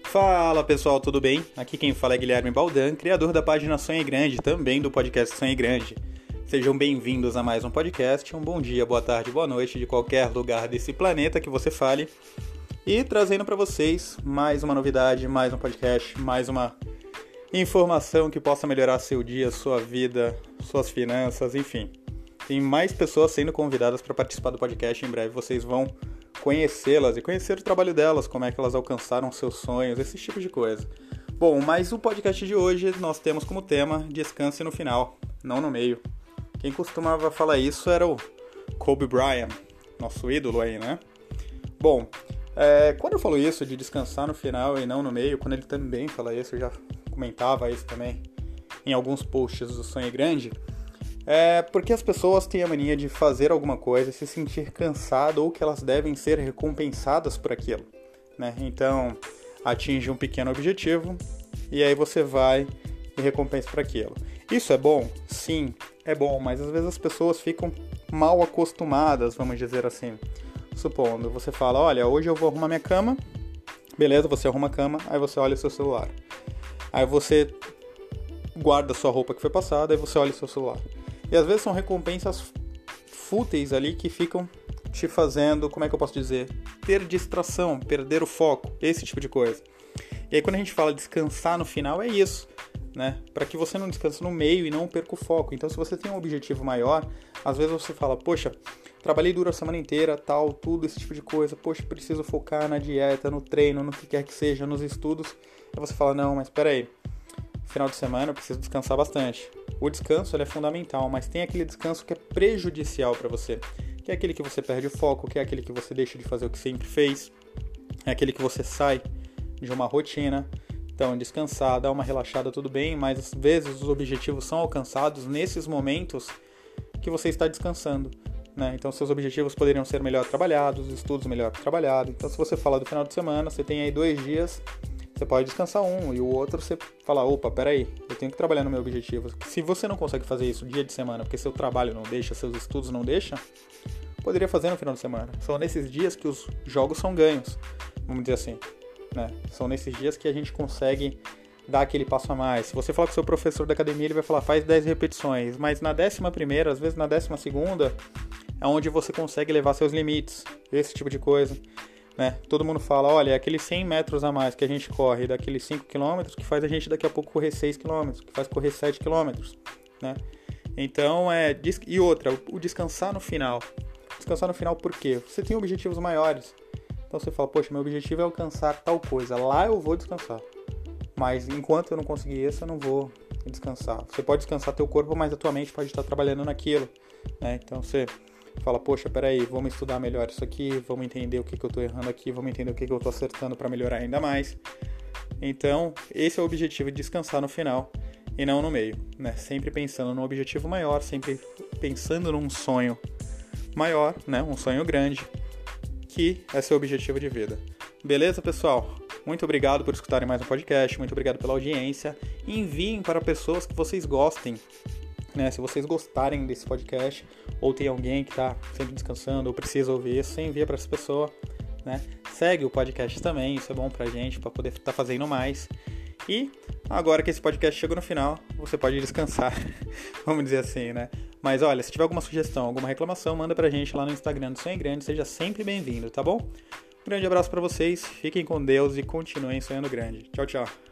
Fala pessoal, tudo bem? Aqui quem fala é Guilherme Baldan, criador da página Sonhe Grande, também do podcast Sonhe Grande. Sejam bem-vindos a mais um podcast, um bom dia, boa tarde, boa noite de qualquer lugar desse planeta que você fale. E trazendo para vocês mais uma novidade, mais um podcast, mais uma informação que possa melhorar seu dia, sua vida, suas finanças, enfim. Tem mais pessoas sendo convidadas para participar do podcast, em breve vocês vão conhecê-las e conhecer o trabalho delas, como é que elas alcançaram seus sonhos, esse tipo de coisa. Bom, mas o podcast de hoje nós temos como tema descanse no final, não no meio. Quem costumava falar isso era o Kobe Bryant, nosso ídolo aí, né? Bom, quando eu falo isso de descansar no final e não no meio, quando ele também fala isso, eu já comentava isso também em alguns posts do Sonhe Grande, porque as pessoas têm a mania de fazer alguma coisa, se sentir cansado ou que elas devem ser recompensadas por aquilo, né? Então, atinge um pequeno objetivo e aí você vai e recompensa por aquilo. Isso é bom? Sim, é bom, mas às vezes as pessoas ficam mal acostumadas, vamos dizer assim. Supondo, você fala, olha, hoje eu vou arrumar minha cama, beleza, você arruma a cama, aí você olha o seu celular. Aí você guarda a sua roupa que foi passada, aí você olha o seu celular. E às vezes são recompensas fúteis ali que ficam te fazendo, como é que eu posso dizer? Ter distração, perder o foco, esse tipo de coisa. E aí quando a gente fala descansar no final, é isso, né? Para que você não descanse no meio e não perca o foco. Então se você tem um objetivo maior, às vezes você fala, poxa, trabalhei duro a semana inteira, tal, tudo esse tipo de coisa. Poxa, preciso focar na dieta, no treino, no que quer que seja, nos estudos. Aí você fala, não, mas espera aí. Final de semana eu preciso descansar bastante. O descanso ele é fundamental, mas tem aquele descanso que é prejudicial para você. Que é aquele que você perde o foco, que é aquele que você deixa de fazer o que sempre fez. É aquele que você sai de uma rotina. Então, descansar, dar uma relaxada, tudo bem, mas às vezes os objetivos são alcançados nesses momentos que você está descansando, né? Então, seus objetivos poderiam ser melhor trabalhados, estudos melhor trabalhados. Então, se você fala do final de semana, você tem aí 2 dias, você pode descansar um, e o outro você fala, opa, peraí, eu tenho que trabalhar no meu objetivo. Se você não consegue fazer isso dia de semana, porque seu trabalho não deixa, seus estudos não deixam, poderia fazer no final de semana. São nesses dias que os jogos são ganhos, vamos dizer assim, né? São nesses dias que a gente consegue dar aquele passo a mais. Se você falar com o seu professor da academia, ele vai falar, faz 10 repetições, mas na 11ª, às vezes na 12ª, é onde você consegue levar seus limites, esse tipo de coisa. Né? Todo mundo fala, olha, é aqueles 100 metros a mais que a gente corre, daqueles 5 km, que faz a gente daqui a pouco correr 6 km, que faz correr 7 km, né? Então, e outra, o descansar no final. Descansar no final por quê? Você tem objetivos maiores. Então você fala, poxa, meu objetivo é alcançar tal coisa, lá eu vou descansar. Mas enquanto eu não conseguir isso, eu não vou descansar. Você pode descansar teu corpo, mas a tua mente pode estar trabalhando naquilo, né? Então você fala, poxa, peraí, vamos estudar melhor isso aqui, vamos entender o que eu estou errando aqui, vamos entender o que eu estou acertando para melhorar ainda mais. Então, esse é o objetivo, de descansar no final e não no meio, né? Sempre pensando num objetivo maior, sempre pensando num sonho maior, né? Um sonho grande, que é seu objetivo de vida. Beleza, pessoal? Muito obrigado por escutarem mais um podcast, muito obrigado pela audiência. Enviem para pessoas que vocês gostem, né? Se vocês gostarem desse podcast, ou tem alguém que está sempre descansando ou precisa ouvir isso, você envia para essa pessoa, né? Segue o podcast também, isso é bom pra gente, para poder estar fazendo mais. E agora que esse podcast chegou no final, você pode descansar, vamos dizer assim, né? Mas olha, se tiver alguma sugestão, alguma reclamação, manda pra gente lá no Instagram do Sonhe Grande, seja sempre bem-vindo, tá bom? Um grande abraço pra vocês, fiquem com Deus e continuem sonhando grande. Tchau, tchau!